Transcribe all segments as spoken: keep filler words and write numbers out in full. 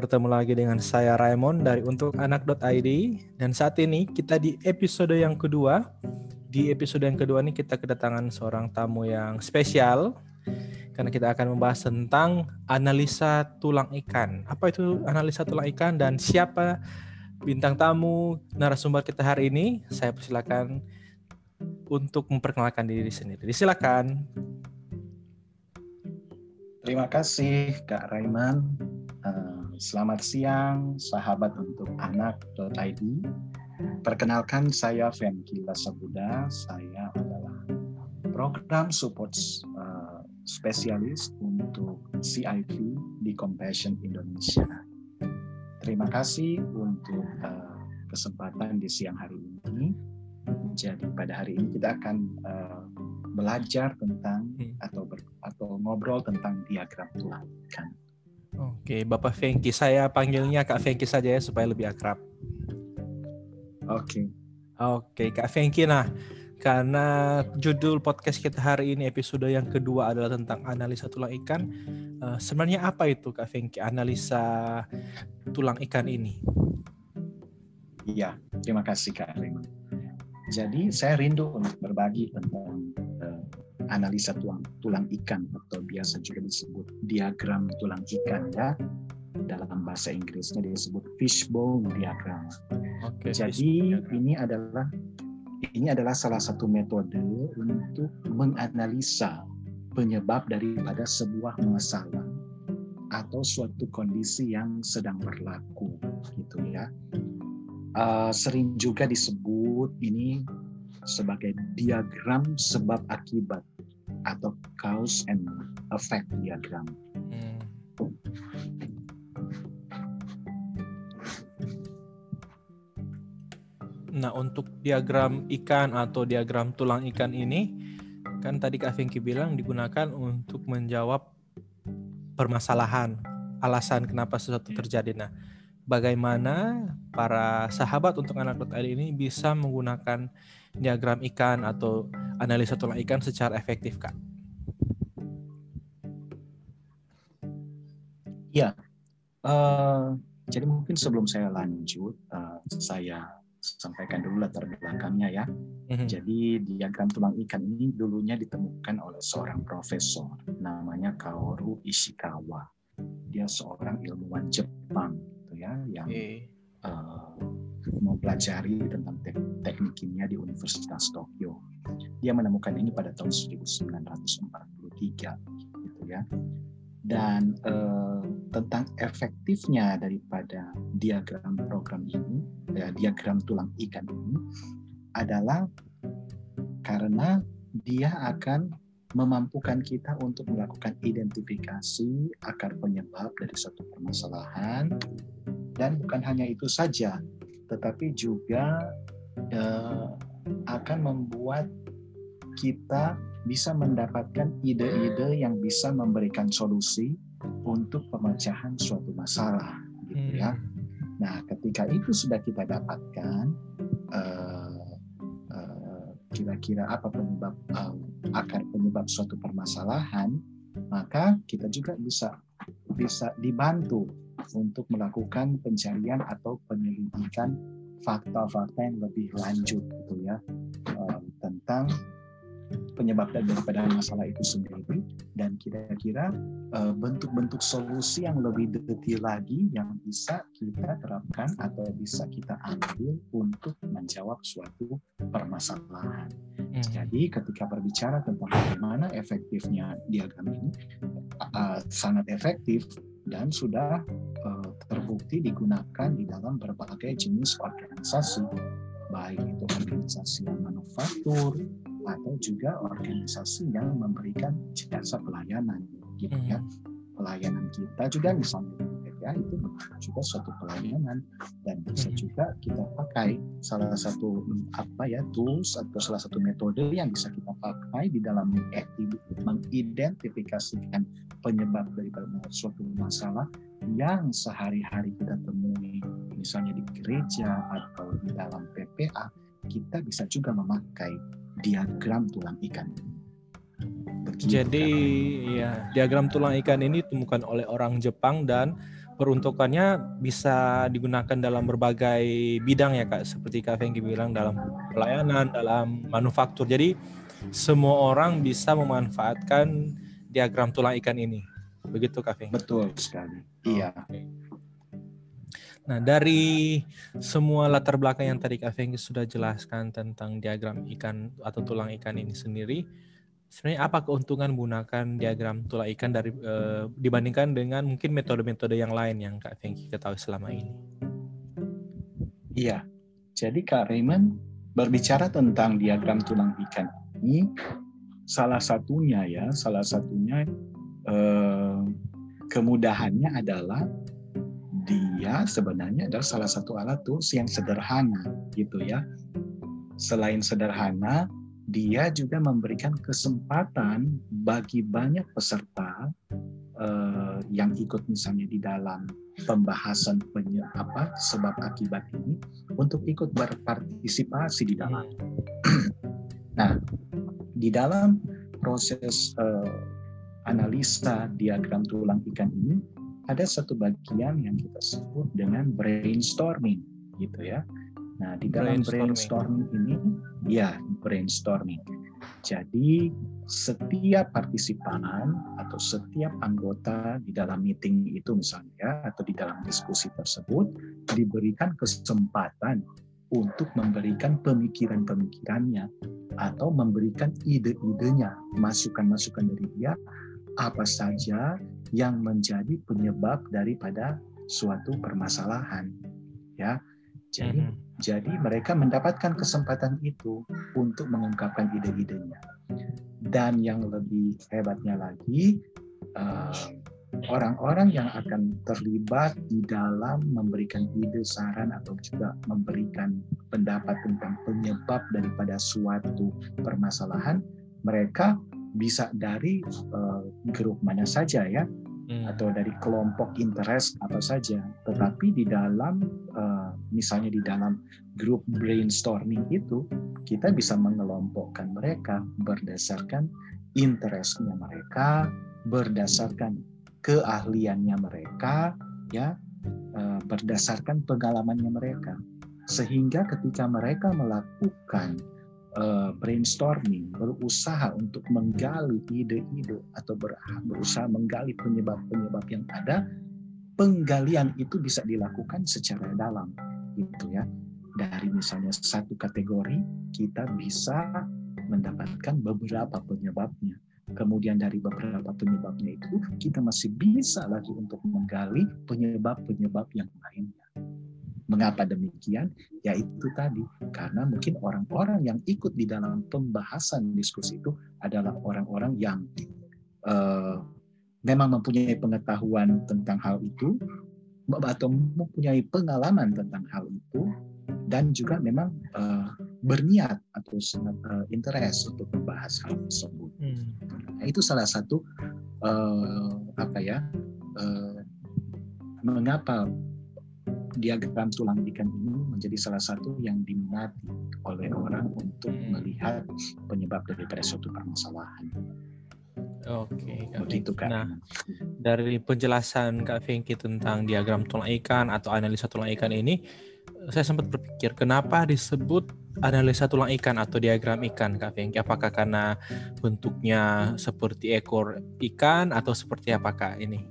bertemu lagi dengan saya Raymond dari untuk anak dot i d dan saat ini kita di episode yang kedua. Di episode yang kedua ini kita kedatangan seorang tamu yang spesial karena kita akan membahas tentang analisa tulang ikan. Apa itu analisa tulang ikan dan siapa bintang tamu narasumber kita hari ini? Saya persilakan untuk memperkenalkan diri sendiri. Silakan. Terima kasih Kak Raiman. Uh, selamat siang sahabat untuk anak dot i d. Perkenalkan saya Fenki Lasabuda. Saya adalah program support uh, spesialis untuk C I V di Compassion Indonesia. Terima kasih untuk uh, kesempatan di siang hari ini. Jadi pada hari ini kita akan uh, belajar tentang atau ber, atau ngobrol tentang diagram tulang ikan. Oke, Bapak Fenki, saya panggilnya Kak Fenki saja ya supaya lebih akrab. Oke. Oke, Kak Fenki. Nah, karena judul podcast kita hari ini episode yang kedua adalah tentang analisa tulang ikan. Uh, sebenarnya apa itu Kak Fenki analisa tulang ikan ini? Iya, terima kasih Kak Raymond. Jadi saya rindu untuk berbagi tentang uh, analisa tulang, tulang ikan atau biasa juga disebut diagram tulang ikan ya. Dalam bahasa Inggrisnya disebut fishbone diagram. Oke, Jadi fish ini adalah ini adalah salah satu metode untuk menganalisa penyebab daripada sebuah masalah atau suatu kondisi yang sedang berlaku gitu ya. Uh, sering juga disebut ini sebagai diagram sebab akibat atau cause and effect diagram. Hmm. Nah, untuk diagram ikan atau diagram tulang ikan ini kan tadi Kak Fenki bilang digunakan untuk menjawab permasalahan, alasan kenapa sesuatu terjadi. Nah, bagaimana para sahabat untuk anak dot i d ini bisa menggunakan diagram ikan atau analisa tulang ikan secara efektif, Kak? Ya, uh, jadi mungkin sebelum saya lanjut, uh, saya sampaikan dulu latar belakangnya ya. Mm-hmm. Jadi diagram tulang ikan ini dulunya ditemukan oleh seorang profesor namanya Kaoru Ishikawa. Dia seorang ilmuwan Jepang gitu ya, yang okay. uh, mempelajari tentang te- teknik kimia di Universitas Tokyo. Dia menemukan ini pada tahun seribu sembilan ratus empat puluh tiga gitu ya. Dan uh, tentang efektifnya daripada diagram program ini, ya, diagram tulang ikan ini adalah karena dia akan memampukan kita untuk melakukan identifikasi akar penyebab dari suatu permasalahan, dan bukan hanya itu saja, tetapi juga uh, akan membuat kita bisa mendapatkan ide-ide yang bisa memberikan solusi untuk pemecahan suatu masalah, gitu ya. Nah, ketika itu sudah kita dapatkan, uh, uh, kira-kira apa penyebab uh, akar penyebab suatu permasalahan, maka kita juga bisa bisa dibantu untuk melakukan pencarian atau penyelidikan fakta-fakta yang lebih lanjut, gitu ya, uh, tentang penyebab daripada masalah itu sendiri, dan kira-kira uh, bentuk-bentuk solusi yang lebih detail lagi yang bisa kita terapkan atau bisa kita ambil untuk menjawab suatu permasalahan. Hmm. Jadi ketika berbicara tentang bagaimana efektifnya diagram ini, uh, sangat efektif dan sudah uh, terbukti digunakan di dalam berbagai jenis organisasi, baik itu organisasi yang manufaktur atau juga organisasi yang memberikan jasa pelayanan, gitu ya. Pelayanan kita juga misalnya ya, itu juga suatu pelayanan, dan bisa juga kita pakai salah satu apa ya tools atau salah satu metode yang bisa kita pakai di dalam mengidentifikasikan penyebab daripada suatu masalah yang sehari-hari kita temui, misalnya di gereja atau di dalam P P A. Kita bisa juga memakai diagram tulang ikan. Begitu, jadi kan? Ya, diagram tulang ikan ini ditemukan oleh orang Jepang dan peruntukannya bisa digunakan dalam berbagai bidang ya Kak, seperti Kak Fengki bilang dalam pelayanan, dalam manufaktur. Jadi semua orang bisa memanfaatkan diagram tulang ikan ini. Begitu Kak Fengki? Betul sekali. Iya. Okay. Nah, dari semua latar belakang yang tadi Kak Fengki sudah jelaskan tentang diagram ikan atau tulang ikan ini sendiri, sebenarnya apa keuntungan menggunakan diagram tulang ikan dari eh, dibandingkan dengan mungkin metode-metode yang lain yang Kak Fengki ketahui selama ini? Iya, jadi Kak Raymond berbicara tentang diagram tulang ikan ini, salah satunya ya, salah satunya eh, kemudahannya adalah dia sebenarnya adalah salah satu alat tools yang sederhana gitu ya. Selain sederhana, dia juga memberikan kesempatan bagi banyak peserta eh, yang ikut misalnya di dalam pembahasan penye, apa sebab akibat ini untuk ikut berpartisipasi di dalam. Nah, di dalam proses eh, analisa diagram tulang ikan ini ada satu bagian yang kita sebut dengan brainstorming gitu ya. Nah, di dalam brainstorming, brainstorming ini ya brainstorming. Jadi setiap partisipan atau setiap anggota di dalam meeting itu misalnya atau di dalam diskusi tersebut diberikan kesempatan untuk memberikan pemikiran-pemikirannya atau memberikan ide-idenya, masukan-masukan dari dia apa saja yang menjadi penyebab daripada suatu permasalahan, ya. Jadi, mm-hmm. jadi mereka mendapatkan kesempatan itu untuk mengungkapkan ide-idenya. Dan yang lebih hebatnya lagi, uh, orang-orang yang akan terlibat di dalam memberikan ide, saran atau juga memberikan pendapat tentang penyebab daripada suatu permasalahan, mereka bisa dari uh, grup mana saja ya, hmm. atau dari kelompok interest apa saja. Tetapi di dalam uh, misalnya di dalam grup brainstorming itu kita bisa mengelompokkan mereka berdasarkan interestnya mereka, berdasarkan keahliannya mereka, ya, uh, berdasarkan pengalamannya mereka. Sehingga ketika mereka melakukan Uh, brainstorming, berusaha untuk menggali ide-ide atau ber, berusaha menggali penyebab-penyebab yang ada, penggalian itu bisa dilakukan secara dalam, gitu ya. Dari misalnya satu kategori, kita bisa mendapatkan beberapa penyebabnya. Kemudian dari beberapa penyebabnya itu, kita masih bisa lagi untuk menggali penyebab-penyebab yang lainnya. Mengapa demikian? Ya itu tadi, karena mungkin orang-orang yang ikut di dalam pembahasan diskusi itu adalah orang-orang yang uh, memang mempunyai pengetahuan tentang hal itu atau mempunyai pengalaman tentang hal itu dan juga memang uh, berniat atau sangat uh, interest untuk membahas hal tersebut. Hmm. Nah, itu salah satu uh, apa ya uh, mengapa diagram tulang ikan ini menjadi salah satu yang diminati oleh orang untuk melihat penyebab daripada suatu permasalahan. Oke, begitu kan. Nah, dari penjelasan Kak Fengki tentang diagram tulang ikan atau analisa tulang ikan ini, saya sempat berpikir kenapa disebut analisa tulang ikan atau diagram ikan, Kak Fengki? Apakah karena bentuknya seperti ekor ikan atau seperti apakah ini?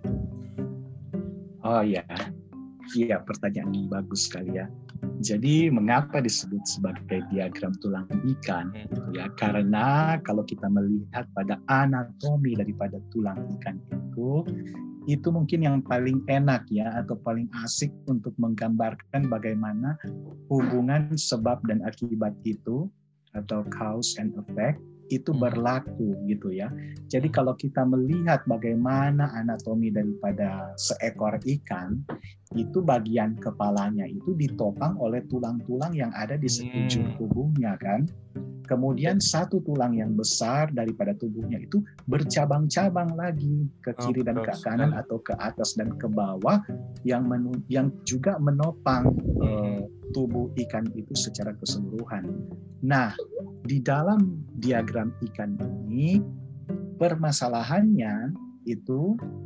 Oh ya. Iya, pertanyaan yang bagus sekali ya. Jadi mengapa disebut sebagai diagram tulang ikan? Gitu ya. Karena kalau kita melihat pada anatomi daripada tulang ikan itu, itu mungkin yang paling enak ya atau paling asik untuk menggambarkan bagaimana hubungan sebab dan akibat itu atau cause and effect itu berlaku gitu ya. Jadi kalau kita melihat bagaimana anatomi daripada seekor ikan, itu bagian kepalanya itu ditopang oleh tulang-tulang yang ada di sekujur tubuhnya kan. Kemudian satu tulang yang besar daripada tubuhnya itu bercabang-cabang lagi ke kiri dan ke kanan atau ke atas dan ke bawah yang menu, yang juga menopang uh, tubuh ikan itu secara keseluruhan. Nah, di dalam diagram ikan ini permasalahannya itu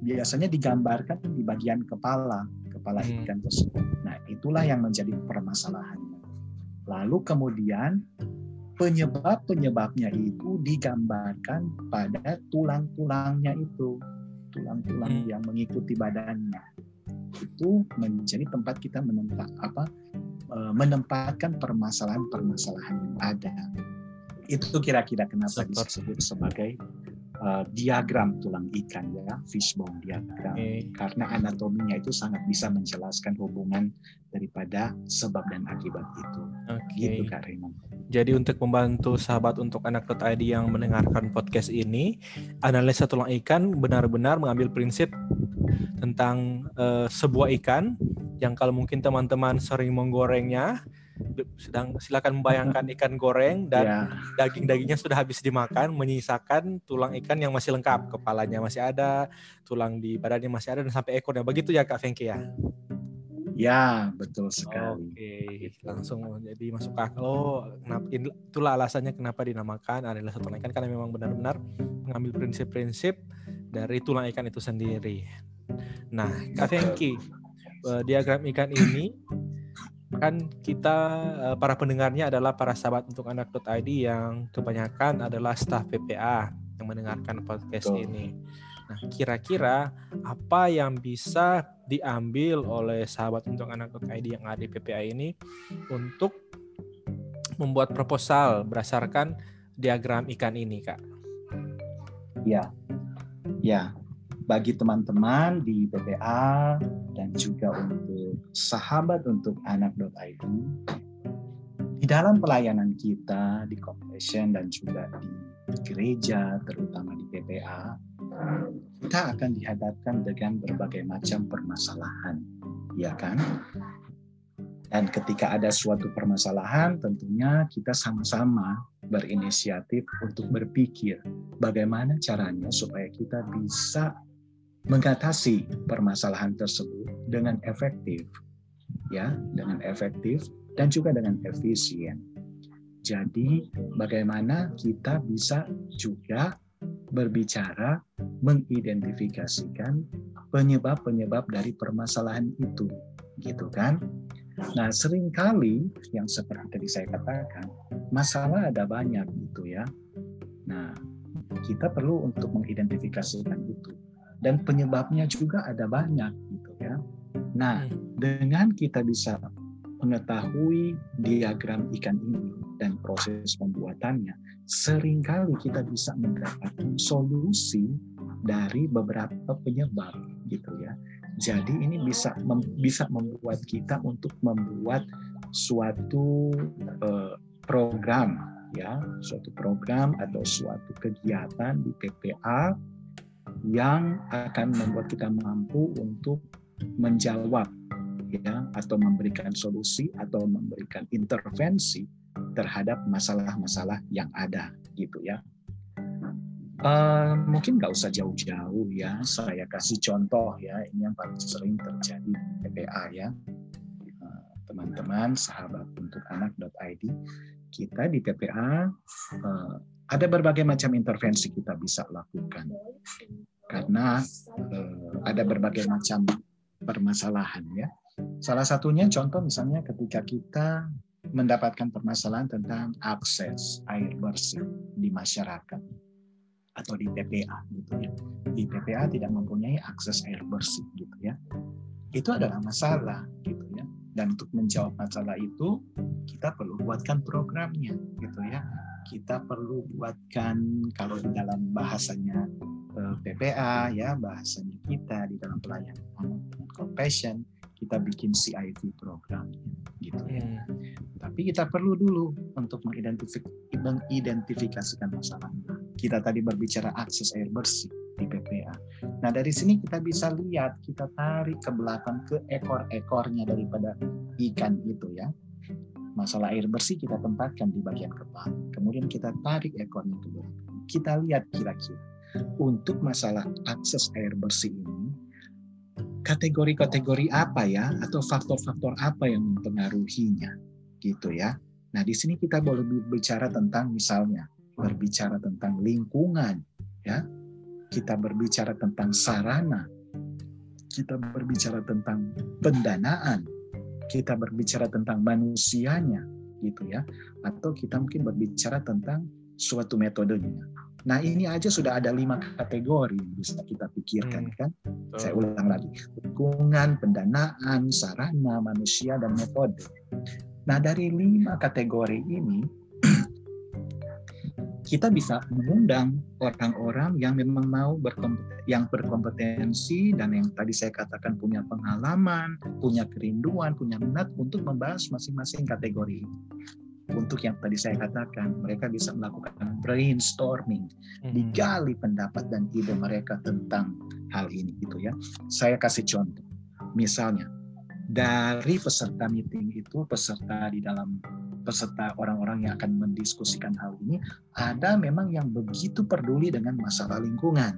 biasanya digambarkan di bagian kepala, kepala Hmm. ikan tersebut. Nah, itulah yang menjadi permasalahannya. Lalu kemudian penyebab-penyebabnya itu digambarkan pada tulang-tulangnya itu, tulang-tulang Hmm. yang mengikuti badannya. Itu menjadi tempat kita menempat apa menempatkan permasalahan-permasalahan yang ada. Itu kira-kira kenapa disebut sebagai uh, diagram tulang ikan ya, fishbone diagram. Okay. Karena anatominya itu sangat bisa menjelaskan hubungan daripada sebab dan akibat itu. Okay. Gitu Kak Raymond. Jadi untuk membantu sahabat untuk anak.id yang mendengarkan podcast ini, analisa tulang ikan benar-benar mengambil prinsip tentang uh, sebuah ikan yang kalau mungkin teman-teman sering menggorengnya, sedang silakan membayangkan ikan goreng dan yeah. daging-dagingnya sudah habis dimakan, menyisakan tulang ikan yang masih lengkap, kepalanya masih ada, tulang di badannya masih ada dan sampai ekornya. Begitu ya Kak Fengki ya? Ya, betul sekali. Oke, langsung jadi masuk akal. Oh, itulah alasannya kenapa dinamakan analisa tulang ikan, karena memang benar-benar mengambil prinsip-prinsip dari tulang ikan itu sendiri. Nah, Kak Fengki, diagram ikan ini kan kita para pendengarnya adalah para sahabat untuk anak.id yang kebanyakan adalah staf P P A yang mendengarkan podcast Betul. ini. Nah, kira-kira apa yang bisa diambil oleh sahabat untuk anak.id yang ada di P P A ini untuk membuat proposal berdasarkan diagram ikan ini, Kak? Ya, ya. Bagi teman-teman di P P A dan juga untuk sahabat untuk anak.id, di dalam pelayanan kita di Compassion dan juga di gereja, terutama di P P A, kita akan dihadapkan dengan berbagai macam permasalahan, ya kan? Dan ketika ada suatu permasalahan, tentunya kita sama-sama berinisiatif untuk berpikir bagaimana caranya supaya kita bisa mengatasi permasalahan tersebut dengan efektif, ya, dengan efektif dan juga dengan efisien. Jadi, bagaimana kita bisa juga berbicara, mengidentifikasikan penyebab-penyebab dari permasalahan itu, gitu kan? Nah, seringkali yang seperti tadi saya katakan, masalah ada banyak gitu ya. Nah, kita perlu untuk mengidentifikasikan itu. Dan penyebabnya juga ada banyak gitu ya. Nah, dengan kita bisa mengetahui diagram ikan ini dan proses pembuatannya, seringkali kita bisa mendapatkan solusi dari beberapa penyebab gitu ya. Jadi ini bisa mem, bisa membuat kita untuk membuat suatu uh, program ya, suatu program atau suatu kegiatan di P P A yang akan membuat kita mampu untuk menjawab ya, atau memberikan solusi atau memberikan intervensi terhadap masalah-masalah yang ada gitu ya. Uh, mungkin nggak usah jauh-jauh ya, saya kasih contoh ya, ini yang paling sering terjadi di P P A ya. Uh, teman-teman sahabat untuk anak.id, kita di P P A uh, ada berbagai macam intervensi kita bisa lakukan karena uh, ada berbagai macam permasalahan ya. Salah satunya contoh misalnya ketika kita mendapatkan permasalahan tentang akses air bersih di masyarakat atau di P P A gitu ya. Di P P A tidak mempunyai akses air bersih gitu ya. Itu adalah masalah gitu ya. Dan untuk menjawab masalah itu kita perlu buatkan programnya gitu ya. Kita perlu buatkan, kalau di dalam bahasanya P P A ya, bahasanya kita di dalam pelayanan anak dengan Compassion, kita bikin C I V program gitu ya. Hmm. Tapi kita perlu dulu untuk mengidentifik- mengidentifikasikan masalahnya. Kita tadi berbicara akses air bersih di P P A. Nah, dari sini kita bisa lihat, kita tarik ke belakang ke ekor-ekornya daripada ikan itu ya. Masalah air bersih kita tempatkan di bagian kepala. Kemudian kita tarik ekornya ke belakang. Kita lihat kira-kira untuk masalah akses air bersih ini, kategori-kategori apa ya, atau faktor-faktor apa yang mempengaruhinya, gitu ya. Nah, di sini kita boleh bicara tentang misalnya berbicara tentang lingkungan, ya, kita berbicara tentang sarana, kita berbicara tentang pendanaan, kita berbicara tentang manusianya, gitu ya, atau kita mungkin berbicara tentang suatu metodenya. Nah, ini aja sudah ada lima kategori yang bisa kita pikirkan, hmm. kan? Oh. Saya ulang lagi, dukungan, pendanaan, sarana, manusia, dan metode. Nah, dari lima kategori ini, kita bisa mengundang orang-orang yang memang mau berkompeten, yang berkompetensi dan yang tadi saya katakan punya pengalaman, punya kerinduan, punya minat untuk membahas masing-masing kategori ini. Untuk yang tadi saya katakan, mereka bisa melakukan brainstorming, hmm. digali pendapat dan ide mereka tentang hal ini, gitu ya. Saya kasih contoh, misalnya dari peserta meeting itu, peserta di dalam peserta orang-orang yang akan mendiskusikan hal ini, ada memang yang begitu peduli dengan masalah lingkungan.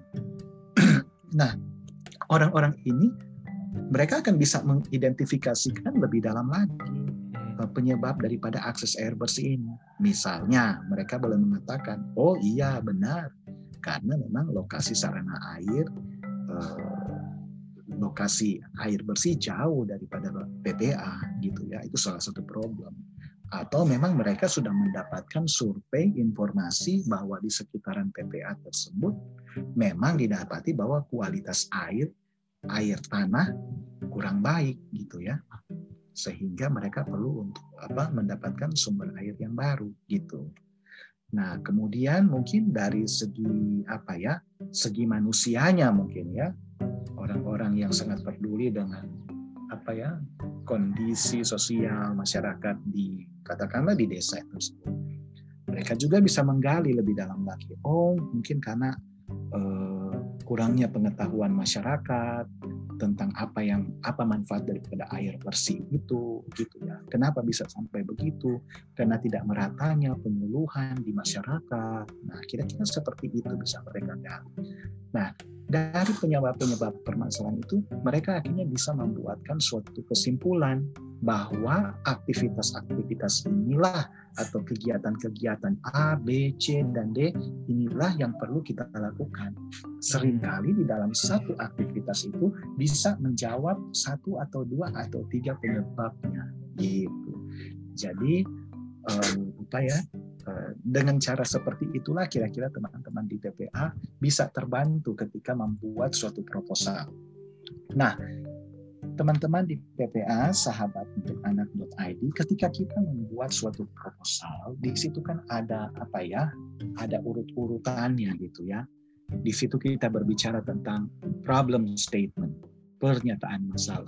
Nah, orang-orang ini mereka akan bisa mengidentifikasikan lebih dalam lagi penyebab daripada akses air bersih ini. Misalnya, mereka boleh mengatakan, oh iya benar, karena memang lokasi sarana air, eh, lokasi air bersih jauh daripada P P A, gitu ya. Itu salah satu problem. Atau memang mereka sudah mendapatkan survei informasi bahwa di sekitaran P P A tersebut memang didapati bahwa kualitas air, air tanah kurang baik, gitu ya. Sehingga mereka perlu untuk apa mendapatkan sumber air yang baru, gitu. Nah, kemudian mungkin dari segi apa ya, segi manusianya mungkin ya, orang-orang yang sangat peduli dengan apa ya, kondisi sosial masyarakat di katakanlah di desa tersebut. Mereka juga bisa menggali lebih dalam lagi. Oh, mungkin karena eh, kurangnya pengetahuan masyarakat tentang apa yang apa manfaat daripada air bersih itu, gitu ya. Kenapa bisa sampai begitu? Karena tidak meratanya penyuluhan di masyarakat. Nah, kira-kira seperti itu bisa mereka gali. Nah, dari penyebab-penyebab permasalahan itu, mereka akhirnya bisa membuatkan suatu kesimpulan bahwa aktivitas-aktivitas inilah atau kegiatan-kegiatan A, B, C, dan D inilah yang perlu kita lakukan. Seringkali di dalam satu aktivitas itu bisa menjawab satu atau dua atau tiga penyebabnya, gitu. Jadi um, apa ya? Dengan cara seperti itulah kira-kira teman-teman di P P A bisa terbantu ketika membuat suatu proposal. Nah, teman-teman di P P A, sahabat untuk anak dot I D, ketika kita membuat suatu proposal, di situ kan ada apa ya? Ada urut-urutannya gitu ya. Di situ kita berbicara tentang problem statement, pernyataan masalah.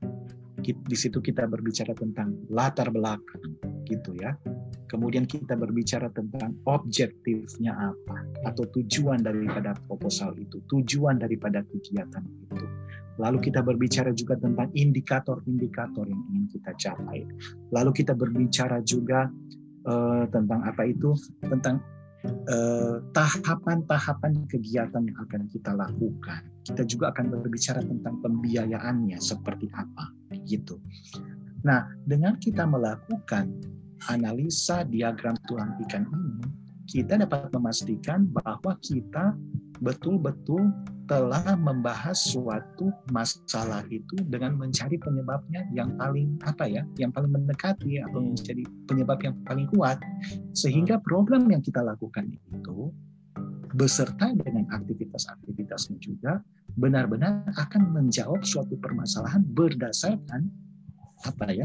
Di situ kita berbicara tentang latar belakang, gitu ya. Kemudian kita berbicara tentang objektifnya apa, atau tujuan daripada proposal itu, tujuan daripada kegiatan itu. Lalu kita berbicara juga tentang indikator-indikator yang ingin kita capai. Lalu kita berbicara juga uh, tentang apa itu, tentang uh, tahapan-tahapan kegiatan yang akan kita lakukan. Kita juga akan berbicara tentang pembiayaannya seperti apa, gitu. Nah, dengan kita melakukan analisa diagram tulang ikan ini, kita dapat memastikan bahwa kita betul-betul telah membahas suatu masalah itu dengan mencari penyebabnya yang paling apa ya, yang paling mendekati atau menjadi penyebab yang paling kuat, sehingga program yang kita lakukan itu beserta dengan aktivitas-aktivitasnya juga benar-benar akan menjawab suatu permasalahan berdasarkan apa ya,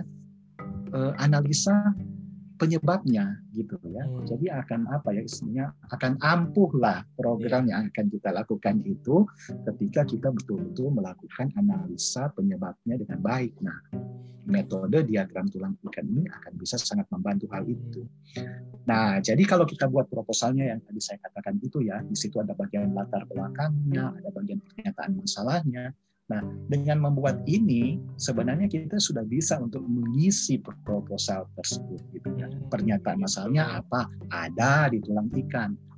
analisa penyebabnya, gitu ya. Hmm. Jadi akan apa ya istilahnya, akan ampuh lah program yeah. yang akan kita lakukan itu ketika kita betul-betul melakukan analisa penyebabnya dengan baik. Nah, metode diagram tulang ikan ini akan bisa sangat membantu hal itu. Nah, jadi kalau kita buat proposalnya yang tadi saya katakan itu ya, di situ ada bagian latar belakangnya, ada bagian pernyataan masalahnya. Nah, dengan membuat ini, sebenarnya kita sudah bisa untuk mengisi proposal tersebut. Gitu ya. Pernyataan masalahnya apa? Ada di tulang ikan.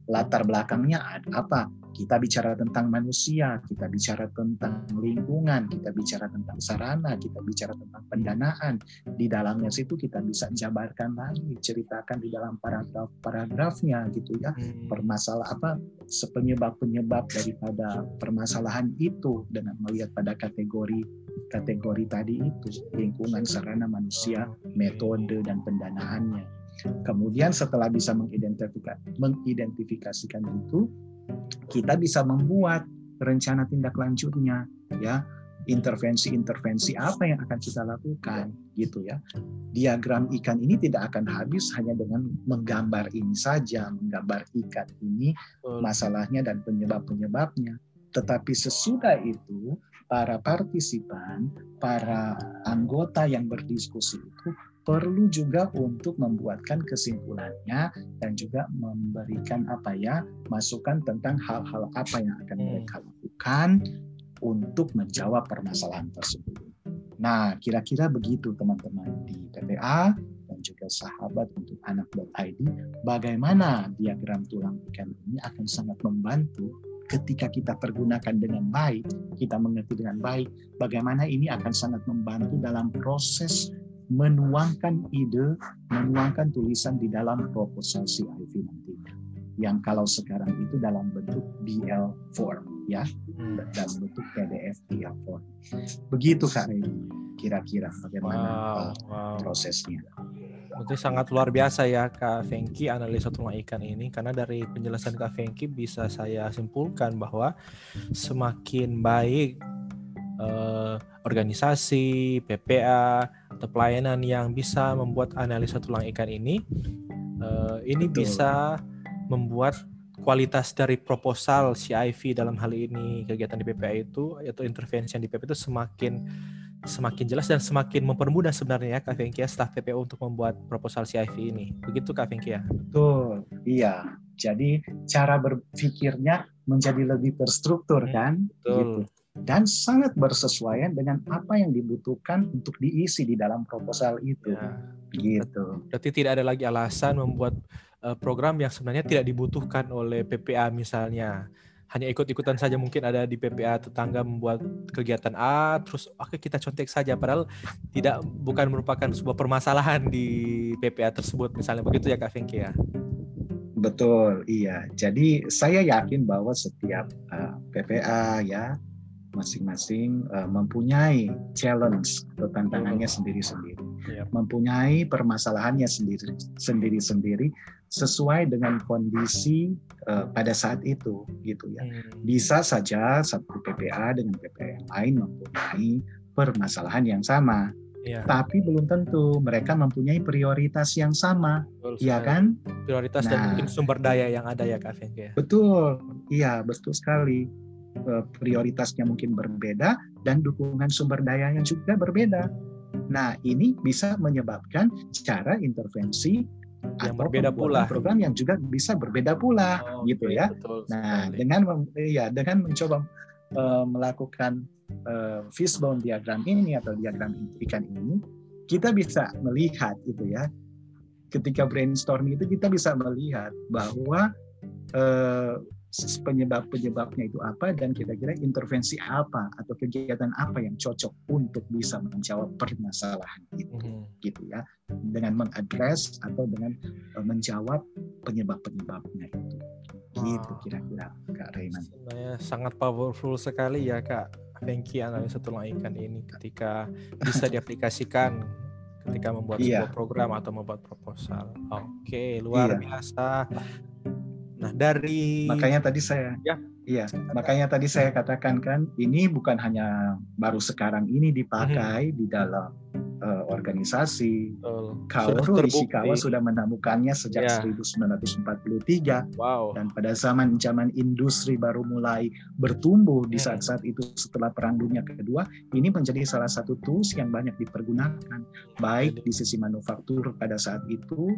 latar belakangnya ada apa? Kita bicara tentang manusia, kita bicara tentang lingkungan, kita bicara tentang sarana, kita bicara tentang pendanaan. Di dalamnya situ kita bisa jabarkan lagi, ceritakan di dalam paragraf-paragrafnya gitu ya. Permasalahan apa, penyebab-penyebab daripada permasalahan itu dengan melihat pada kategori kategori tadi itu, lingkungan, sarana, manusia, metode dan pendanaannya. Kemudian setelah bisa mengidentifikasikan, mengidentifikasikan itu, kita bisa membuat rencana tindak lanjutnya, ya, intervensi-intervensi apa yang akan kita lakukan, gitu ya. Diagram ikan ini tidak akan habis hanya dengan menggambar ini saja, menggambar ikan ini, masalahnya dan penyebab-penyebabnya. Tetapi sesudah itu, para partisipan, para anggota yang berdiskusi itu perlu juga untuk membuatkan kesimpulannya dan juga memberikan apa ya, masukan tentang hal-hal apa yang akan mereka lakukan untuk menjawab permasalahan tersebut. Nah, kira-kira begitu teman-teman di P P A dan juga sahabat untuk anak.id, bagaimana diagram tulang ikan ini akan sangat membantu ketika kita pergunakan dengan baik, kita mengerti dengan baik, bagaimana ini akan sangat membantu dalam proses menuangkan ide, menuangkan tulisan di dalam proposal C I V nantinya. Yang kalau sekarang itu dalam bentuk B L form, ya, dalam bentuk P D F B L form. Begitu Kak Reni, kira-kira bagaimana wow, wow. prosesnya. Itu sangat luar biasa ya Kak Fengki analisa tulang ikan ini, karena dari penjelasan Kak Fengki bisa saya simpulkan bahwa semakin baik eh, organisasi, P P A atau pelayanan yang bisa membuat analisa tulang ikan ini, uh, ini Betul. bisa membuat kualitas dari proposal C I V dalam hal ini kegiatan di P P A itu atau intervensi yang di P P A itu semakin semakin jelas dan semakin mempermudah sebenarnya ya Kak Fengki ya, staf P P A untuk membuat proposal C I V ini. Begitu Kak Fengki ya? Betul, iya. Jadi cara berpikirnya menjadi lebih terstruktur hmm, kan? Betul. Gitu. Dan sangat bersesuaian dengan apa yang dibutuhkan untuk diisi di dalam proposal itu, ya, gitu. Berarti tidak ada lagi alasan membuat uh, program yang sebenarnya tidak dibutuhkan oleh P P A misalnya. Hanya ikut-ikutan saja, mungkin ada di P P A tetangga membuat kegiatan A, terus oke okay, kita contek saja, padahal tidak bukan merupakan sebuah permasalahan di P P A tersebut misalnya, begitu ya Kak Fengki ya? Betul, iya. Jadi saya yakin bahwa setiap uh, P P A ya masing-masing uh, mempunyai challenge atau tantangannya sendiri-sendiri, yep. mempunyai permasalahannya sendiri, sendiri-sendiri sesuai dengan kondisi uh, pada saat itu, gitu ya. Hmm. Bisa saja satu P P A dengan P P A yang lain mempunyai permasalahan yang sama, yeah. tapi belum tentu mereka mempunyai prioritas yang sama, iya kan? Prioritas nah, dan mungkin sumber daya yang ada ya Kak Fengki ya. Betul, iya betul sekali. Prioritasnya mungkin berbeda dan dukungan sumber dayanya juga berbeda. Nah, ini bisa menyebabkan cara intervensi yang atau berbeda pula, program yang juga bisa berbeda pula, oh, gitu okay, ya. Nah, sekali. dengan ya dengan mencoba uh, melakukan uh, fishbone diagram ini atau diagram ikan ini, kita bisa melihat itu ya. Ketika brainstorming itu kita bisa melihat bahwa uh, penyebab-penyebabnya itu apa dan kira-kira intervensi apa atau kegiatan apa yang cocok untuk bisa menjawab permasalahan itu, mm-hmm. gitu ya, dengan mengadres atau dengan uh, menjawab penyebab-penyebabnya itu, gitu wow. kira-kira Kak Raymond. Sebenarnya sangat powerful sekali ya Kak Fengki analisa tulang ikan ini ketika bisa diaplikasikan ketika membuat iya. sebuah program atau membuat proposal. Oke, luar iya. biasa. Nah, dari makanya tadi saya ya iya makanya tadi saya katakan kan ini bukan hanya baru sekarang ini dipakai mm-hmm. di dalam uh, organisasi. Oh, Kaoru Ishikawa sudah menemukannya sejak yeah. seribu sembilan ratus empat puluh tiga. Wow. Dan pada zaman zaman industri baru mulai bertumbuh di saat-saat itu setelah Perang Dunia Kedua, ini menjadi salah satu tools yang banyak dipergunakan baik di sisi manufaktur pada saat itu,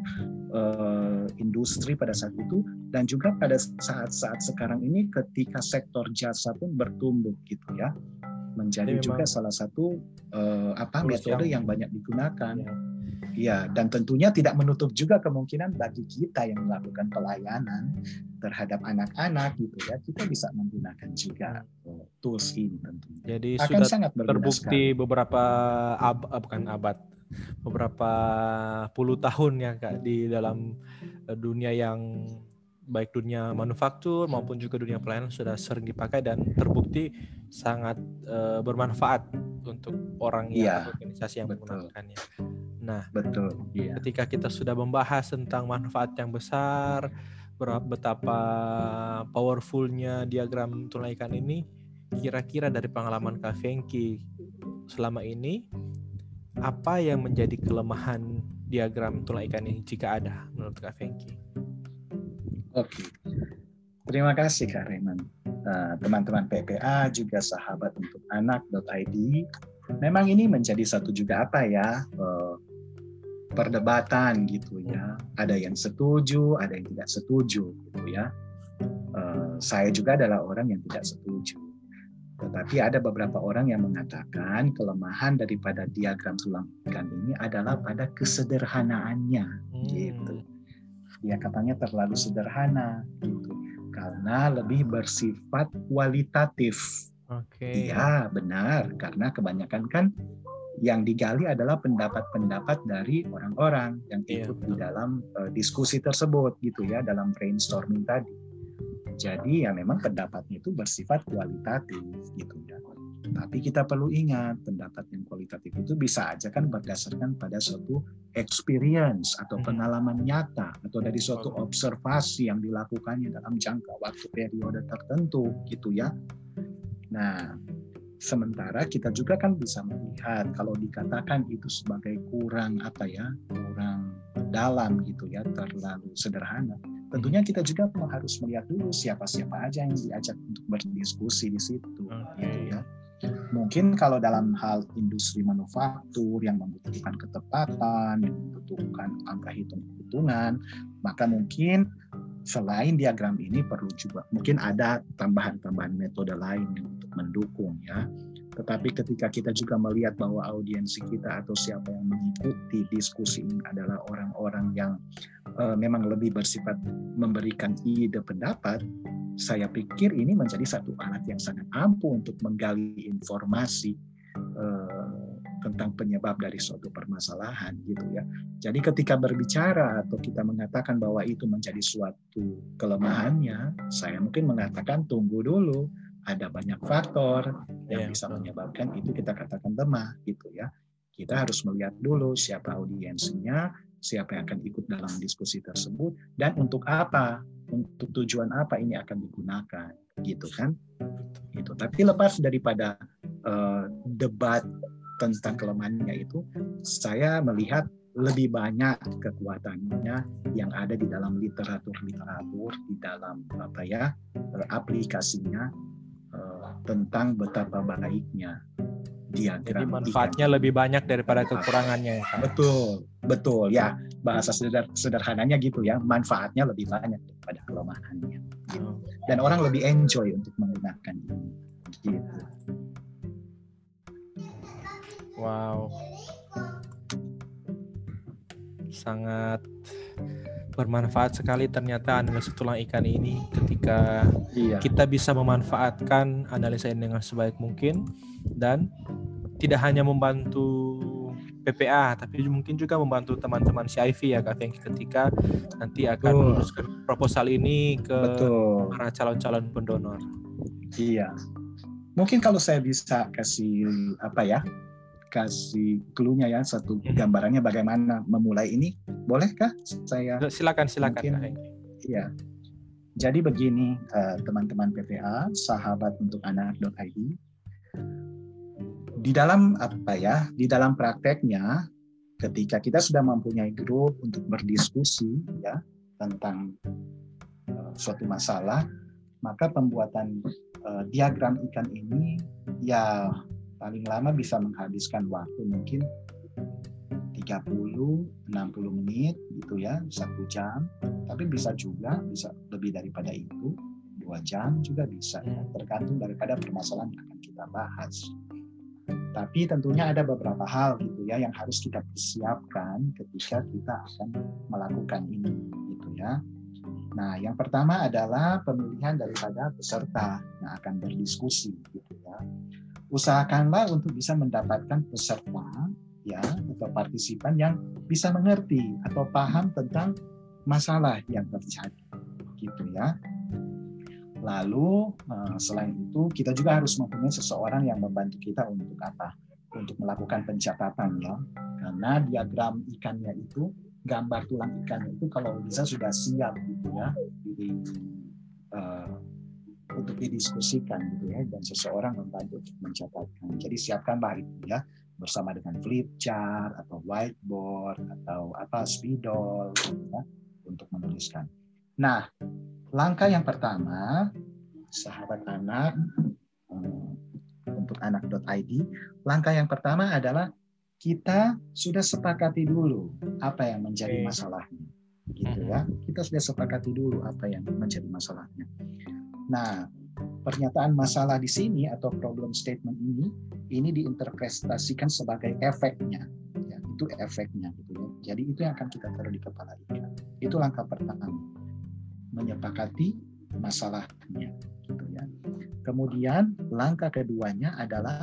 uh, industri pada saat itu, dan juga pada saat-saat sekarang ini ketika sektor jasa pun bertumbuh gitu ya, menjadi Jadi juga salah satu uh, apa metode yang, yang banyak digunakan ya. Ya, dan tentunya tidak menutup juga kemungkinan bagi kita yang melakukan pelayanan terhadap anak-anak gitu ya, kita bisa menggunakan juga tools ini tentunya. Jadi Akan sudah sangat terbukti sekali. beberapa ab, bukan abad, beberapa puluh tahun ya Kak di dalam dunia yang baik dunia manufaktur maupun juga dunia pelayanan sudah sering dipakai dan terbukti sangat uh, bermanfaat untuk orang yang ya, atau organisasi yang betul. menggunakannya. Nah, betul. Ya. Ketika kita sudah membahas tentang manfaat yang besar, betapa powerfulnya diagram tulang ikan ini, kira-kira dari pengalaman Kak Fengki selama ini, apa yang menjadi kelemahan diagram tulang ikan ini jika ada menurut Kak Fengki? Oke, terima kasih Kak Raymond. Uh, teman-teman P P A juga sahabat untuk anak dot I D. Memang ini menjadi satu juga apa ya uh, perdebatan gitu ya. Ada yang setuju, ada yang tidak setuju gitu ya. Uh, saya juga adalah orang yang tidak setuju. Tetapi ada beberapa orang yang mengatakan kelemahan daripada diagram tulang ikan ini adalah pada kesederhanaannya hmm. gitu. Dia katanya terlalu sederhana gitu karena lebih bersifat kualitatif. Oke. Iya, benar, karena kebanyakan kan yang digali adalah pendapat-pendapat dari orang-orang yang ikut yeah. di dalam uh, diskusi tersebut gitu ya, dalam brainstorming tadi. Jadi ya memang pendapatnya itu bersifat kualitatif gitu ya. Tapi kita perlu ingat pendapat yang kualitatif itu bisa aja kan berdasarkan pada suatu experience atau pengalaman nyata atau dari suatu observasi yang dilakukannya dalam jangka waktu periode tertentu gitu ya. Nah, sementara kita juga kan bisa melihat kalau dikatakan itu sebagai kurang apa ya, kurang dalam gitu ya, terlalu sederhana. Tentunya kita juga harus melihat dulu siapa-siapa aja yang diajak untuk berdiskusi di situ, okay. gitu ya. Mungkin kalau dalam hal industri manufaktur yang membutuhkan ketepatan, yang membutuhkan angka hitung-hitungan, maka mungkin selain diagram ini perlu juga mungkin ada tambahan-tambahan metode lain untuk mendukung ya. Tetapi ketika kita juga melihat bahwa audiensi kita atau siapa yang mengikuti diskusi ini adalah orang-orang yang uh, memang lebih bersifat memberikan ide pendapat, saya pikir ini menjadi satu alat yang sangat ampuh untuk menggali informasi uh, tentang penyebab dari suatu permasalahan gitu ya. Jadi ketika berbicara atau kita mengatakan bahwa itu menjadi suatu kelemahannya, saya mungkin mengatakan tunggu dulu. Ada banyak faktor yang yeah, bisa menyebabkan itu kita katakan lemah gitu ya. Kita harus melihat dulu siapa audiensinya, siapa yang akan ikut dalam diskusi tersebut, dan untuk apa, untuk tujuan apa ini akan digunakan gitu kan. Gitu. Tapi lepas daripada uh, debat tentang kelemahannya itu, saya melihat lebih banyak kekuatannya yang ada di dalam literatur-literatur, di dalam apa ya aplikasinya uh, tentang betapa baiknya diagram. Jadi manfaatnya ikan lebih banyak daripada kekurangannya. Kan? Betul, betul ya. Bahasa seder, sederhananya gitu ya. Manfaatnya lebih banyak daripada kelemahannya. Gitu. Dan orang lebih enjoy untuk menggunakan ini. Gitu. Wow. Sangat bermanfaat sekali ternyata analisa tulang ikan ini ketika iya. kita bisa memanfaatkan analisa ini dengan sebaik mungkin dan tidak hanya membantu P P A tapi mungkin juga membantu teman-teman C I V ya Kak Fengki ketika nanti akan meneruskan proposal ini ke Betul. para calon-calon pendonor. Iya. Mungkin kalau saya bisa kasih apa ya? kasih clue-nya ya, satu gambarannya bagaimana memulai ini, bolehkah saya? Silakan, silakan. Mungkin, ya. Jadi begini, uh, teman-teman P P A, sahabat untuk anak dot I D, di dalam apa ya, di dalam prakteknya, ketika kita sudah mempunyai grup untuk berdiskusi ya tentang uh, suatu masalah, maka pembuatan uh, diagram ikan ini ya paling lama bisa menghabiskan waktu mungkin tiga puluh sampai enam puluh menit gitu ya, satu jam. Tapi bisa juga, bisa lebih daripada itu, dua jam juga bisa ya, tergantung daripada permasalahan yang akan kita bahas. Tapi tentunya ada beberapa hal gitu ya yang harus kita persiapkan ketika kita akan melakukan ini gitu ya. Nah, yang pertama adalah pemilihan daripada peserta yang akan berdiskusi gitu ya. Usahakanlah untuk bisa mendapatkan peserta ya atau partisipan yang bisa mengerti atau paham tentang masalah yang terjadi gitu ya. Lalu selain itu kita juga harus mempunyai seseorang yang membantu kita untuk apa? Untuk melakukan pencatatan ya. Karena diagram ikannya itu, gambar tulang ikannya itu kalau bisa sudah siap gitu ya, di, uh, untuk didiskusikan gitu ya, dan seseorang membantu untuk mencatatkan. Jadi siapkanlah itu ya bersama dengan flip chart atau whiteboard atau apa spidol gitu ya, untuk menuliskan. Nah, langkah yang pertama, sahabat anak, untuk anak dot i d, langkah yang pertama adalah kita sudah sepakati dulu apa yang menjadi masalahnya, gitu ya. Kita sudah sepakati dulu apa yang menjadi masalahnya. Nah, pernyataan masalah di sini atau problem statement ini, ini diinterpretasikan sebagai efeknya, ya, itu efeknya, gitu ya. Jadi itu yang akan kita taruh di kepala ikan. Itu langkah pertama. Menyepakati masalahnya gitu ya. Kemudian langkah keduanya adalah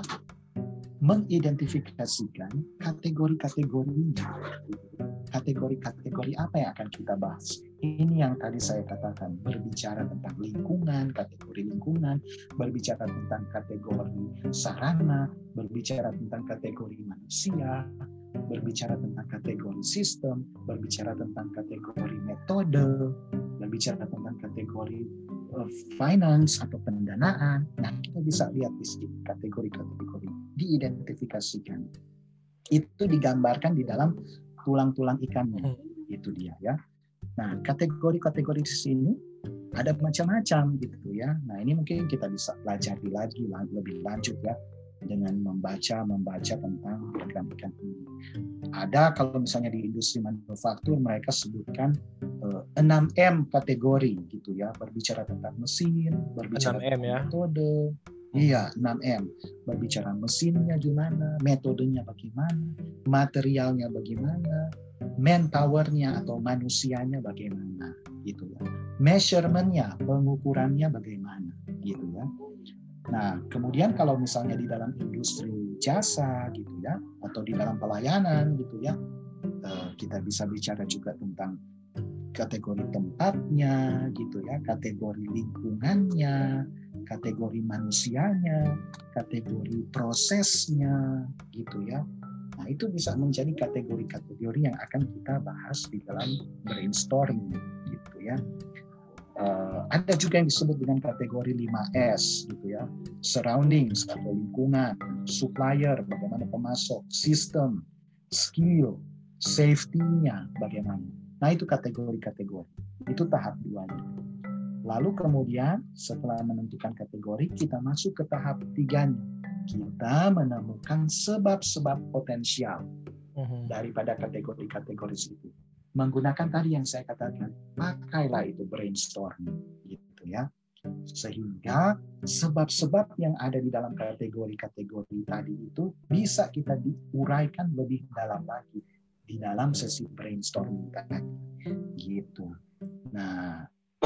mengidentifikasikan kategori-kategorinya. Kategori-kategori apa yang akan kita bahas? Ini yang tadi saya katakan, berbicara tentang lingkungan, kategori lingkungan, berbicara tentang kategori sarana, berbicara tentang kategori manusia, berbicara tentang kategori sistem, berbicara tentang kategori metode, berbicara tentang kategori uh, finance atau pendanaan. Nah, kita bisa lihat di sini kategori-kategori diidentifikasikan. Itu digambarkan di dalam tulang-tulang ikannya. Itu dia ya. Nah, kategori-kategori di sini ada macam-macam gitu ya. Nah, ini mungkin kita bisa pelajari lagi lebih lanjut ya, dengan membaca membaca tentang program ikan ini. Ada kalau misalnya di industri manufaktur mereka sebutkan uh, enam M kategori gitu ya, berbicara tentang mesin, berbicara tentang ya? metode. Hmm. Iya, enam M. Berbicara mesinnya gimana, metodenya bagaimana, materialnya bagaimana, manpower-nya atau manusianya bagaimana gitu ya. Measurement-nya, pengukurannya bagaimana gitu ya. Nah, kemudian kalau misalnya di dalam industri jasa gitu ya, atau di dalam pelayanan gitu ya, kita bisa bicara juga tentang kategori tempatnya gitu ya, kategori lingkungannya, kategori manusianya, kategori prosesnya gitu ya. Nah, itu bisa menjadi kategori-kategori yang akan kita bahas di dalam brainstorming gitu ya. Uh, ada juga yang disebut dengan kategori lima S gitu ya, surroundings atau lingkungan, supplier bagaimana pemasok, sistem, skill, safety-nya bagaimana. Nah, itu kategori-kategori. Itu tahap duanya. Lalu kemudian setelah menentukan kategori, kita masuk ke tahap tiganya. Kita menemukan sebab-sebab potensial uh-huh. daripada kategori-kategori itu. Menggunakan tadi yang saya katakan, pakailah itu brainstorming gitu ya. Sehingga sebab-sebab yang ada di dalam kategori-kategori tadi itu bisa kita diuraikan lebih dalam lagi di dalam sesi brainstorming tadi gitu. Nah,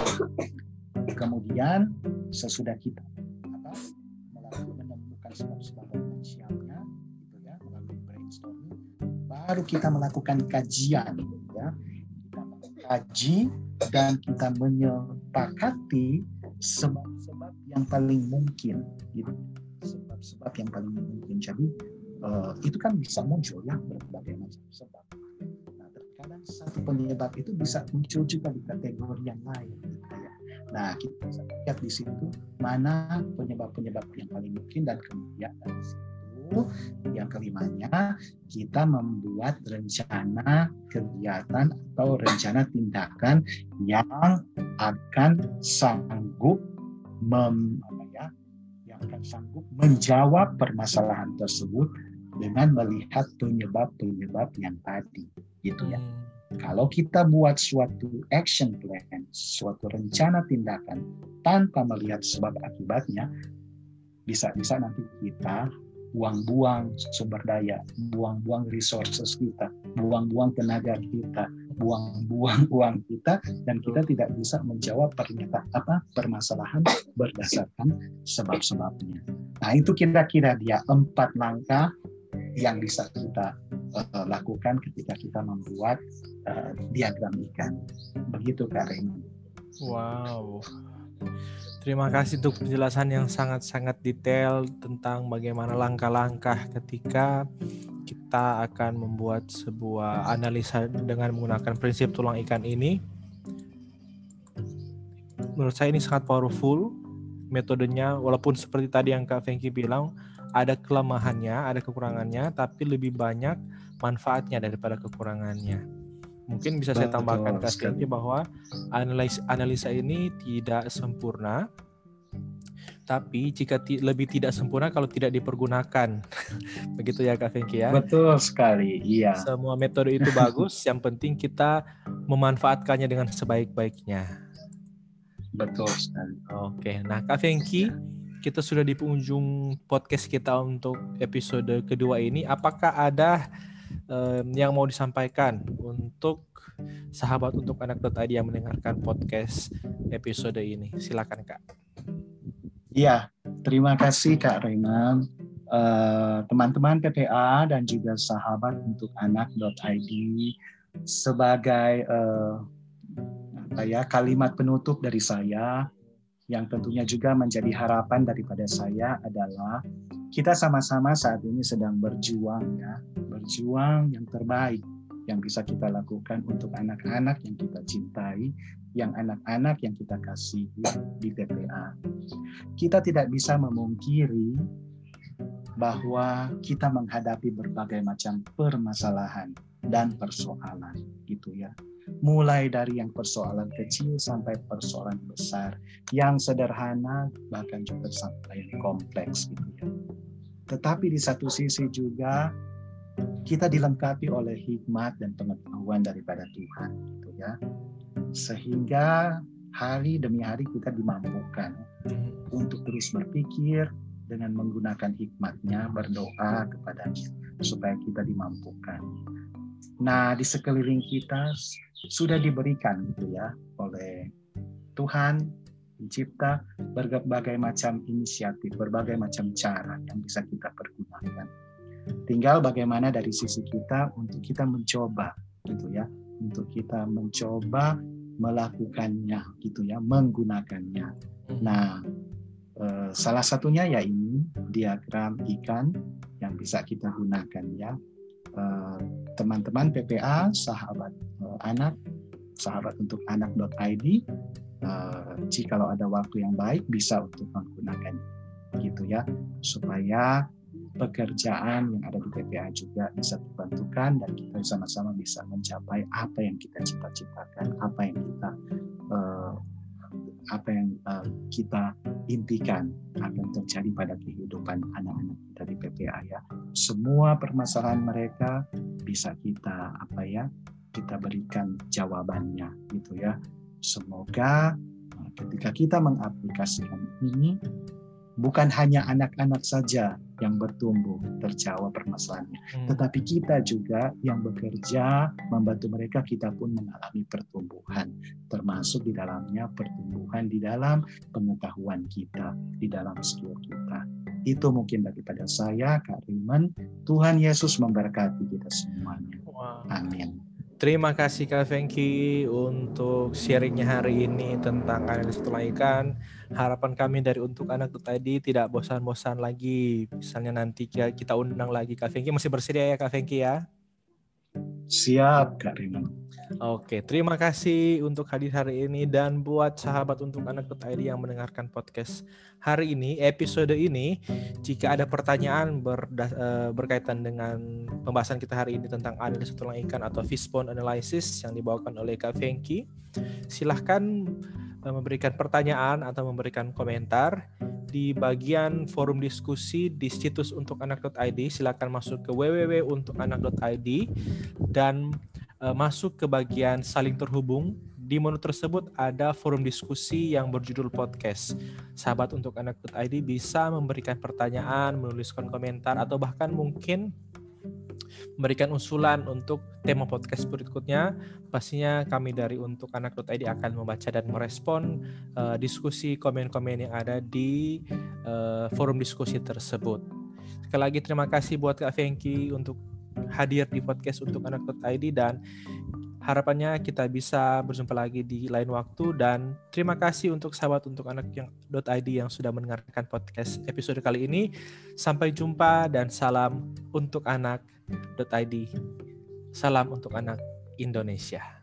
kemudian sesudah kita apa, menemukan sebab-sebab potensialnya gitu ya melalui brainstorming, baru kita melakukan kajian ya. Kita mengkaji dan kita menyepakati sebab-sebab yang paling mungkin gitu. Sebab-sebab yang paling mungkin. Jadi uh, itu kan bisa muncul ya berbagai macam sebab. Nah, terkadang satu penyebab itu bisa muncul juga di kategori yang lain gitu ya. Nah, kita bisa lihat di situ mana penyebab-penyebab yang paling mungkin, dan kemudian dari situ yang kelimanya kita membuat rencana kegiatan atau rencana tindakan yang akan sanggup mem, apa ya, yang akan sanggup menjawab permasalahan tersebut dengan melihat penyebab-penyebab yang tadi gitu ya. Kalau kita buat suatu action plan, suatu rencana tindakan tanpa melihat sebab akibatnya, bisa-bisa nanti kita buang-buang sumber daya, buang-buang resources kita, buang-buang tenaga kita, buang-buang uang kita, dan kita tidak bisa menjawab pernyataan apa permasalahan berdasarkan sebab-sebabnya. Nah, itu kira-kira dia empat langkah yang bisa kita uh, lakukan ketika kita membuat uh, diagram ikan. Begitu, Kak Raymond. Wow. Terima kasih untuk penjelasan yang sangat-sangat detail tentang bagaimana langkah-langkah ketika kita akan membuat sebuah analisa dengan menggunakan prinsip tulang ikan ini. Menurut saya ini sangat powerful metodenya, walaupun seperti tadi yang Kak Fengki bilang, ada kelemahannya, ada kekurangannya, tapi lebih banyak manfaatnya daripada kekurangannya. Mungkin bisa saya tambahkan Kak Fengki bahwa analisa, analisa ini tidak sempurna, tapi jika ti- lebih tidak sempurna kalau tidak dipergunakan. Begitu ya Kak Fengki ya? Betul sekali, iya. Semua metode itu bagus, yang penting kita memanfaatkannya dengan sebaik-baiknya. Betul sekali. Oke, nah Kak Fengki, kita sudah di penghujung podcast kita untuk episode kedua ini. Apakah ada um, yang mau disampaikan untuk sahabat untuk anak.id yang mendengarkan podcast episode ini? Silakan Kak. Iya, terima kasih Kak Raymond. Uh, teman-teman P P A dan juga sahabat untuk anak.id, sebagai uh, apa ya, kalimat penutup dari saya yang tentunya juga menjadi harapan daripada saya adalah kita sama-sama saat ini sedang berjuang ya, berjuang yang terbaik yang bisa kita lakukan untuk anak-anak yang kita cintai, yang anak-anak yang kita kasihi di P P A. Kita tidak bisa memungkiri bahwa kita menghadapi berbagai macam permasalahan dan persoalan gitu ya. Mulai dari yang persoalan kecil sampai persoalan besar, yang sederhana bahkan juga sampai yang kompleks gitu ya. Tetapi di satu sisi juga kita dilengkapi oleh hikmat dan pengetahuan daripada Tuhan gitu ya. Sehingga hari demi hari kita dimampukan untuk terus berpikir dengan menggunakan hikmatnya, berdoa kepadanya supaya kita dimampukan. Nah, di sekeliling kita sudah diberikan gitu ya oleh Tuhan pencipta berbagai macam inisiatif, berbagai macam cara yang bisa kita pergunakan. Tinggal bagaimana dari sisi kita untuk kita mencoba gitu ya, untuk kita mencoba melakukannya gitu ya, menggunakannya. Nah, eh, salah satunya ya ini diagram ikan yang bisa kita gunakan ya. Eh, teman-teman P P A, sahabat eh, anak, sahabat untuk anak.id, eh, jikalau ada waktu yang baik bisa untuk menggunakan gitu ya, supaya pekerjaan yang ada di P P A juga bisa dibantukan dan kita sama-sama bisa mencapai apa yang kita cita-citakan, apa yang kita uh, apa yang uh, kita impikan akan terjadi pada kehidupan anak-anak kita di P P A ya. Semua permasalahan mereka bisa kita apa ya, kita berikan jawabannya gitu ya. Semoga uh, ketika kita mengaplikasikan ini, bukan hanya anak-anak saja yang bertumbuh terjawab permasalahannya, hmm. tetapi kita juga yang bekerja membantu mereka, kita pun mengalami pertumbuhan, termasuk di dalamnya pertumbuhan di dalam pengetahuan kita, di dalam skill kita. Itu mungkin daripada saya, Kak Raymond. Tuhan Yesus memberkati kita semuanya. Wow. Amin. Terima kasih Kak Fengki untuk sharingnya hari ini tentang analisa tulang ikan. Harapan kami dari untuk anak.id tidak bosan-bosan lagi. Misalnya nanti kita undang lagi Kak Fengki. Masih bersedia ya Kak Fengki ya? Siap Kak Raymond. Oke, terima kasih untuk hadir hari ini, dan buat sahabat untuk anak.id yang mendengarkan podcast hari ini, episode ini, jika ada pertanyaan berda- berkaitan dengan pembahasan kita hari ini tentang analisa tulang ikan atau fishbone analysis yang dibawakan oleh Kak Fengki, silahkan memberikan pertanyaan atau memberikan komentar di bagian forum diskusi di situs untuk anak.id. Silahkan masuk ke w w w titik untuk anak titik i d dan uh, masuk ke bagian saling terhubung di menu tersebut ada forum diskusi yang berjudul podcast. Sahabat untuk anak.id bisa memberikan pertanyaan, menuliskan komentar, atau bahkan mungkin memberikan usulan untuk tema podcast berikutnya. Pastinya kami dari untuk anak.id akan membaca dan merespon uh, diskusi komen-komen yang ada di uh, forum diskusi tersebut. Sekali lagi terima kasih buat Kak Fengki untuk hadir di podcast untuk anak.id, dan harapannya kita bisa berjumpa lagi di lain waktu. Dan terima kasih untuk sahabat untuk anak yang .id yang sudah mendengarkan podcast episode kali ini. Sampai jumpa dan salam untuk anak.id. Salam untuk anak Indonesia.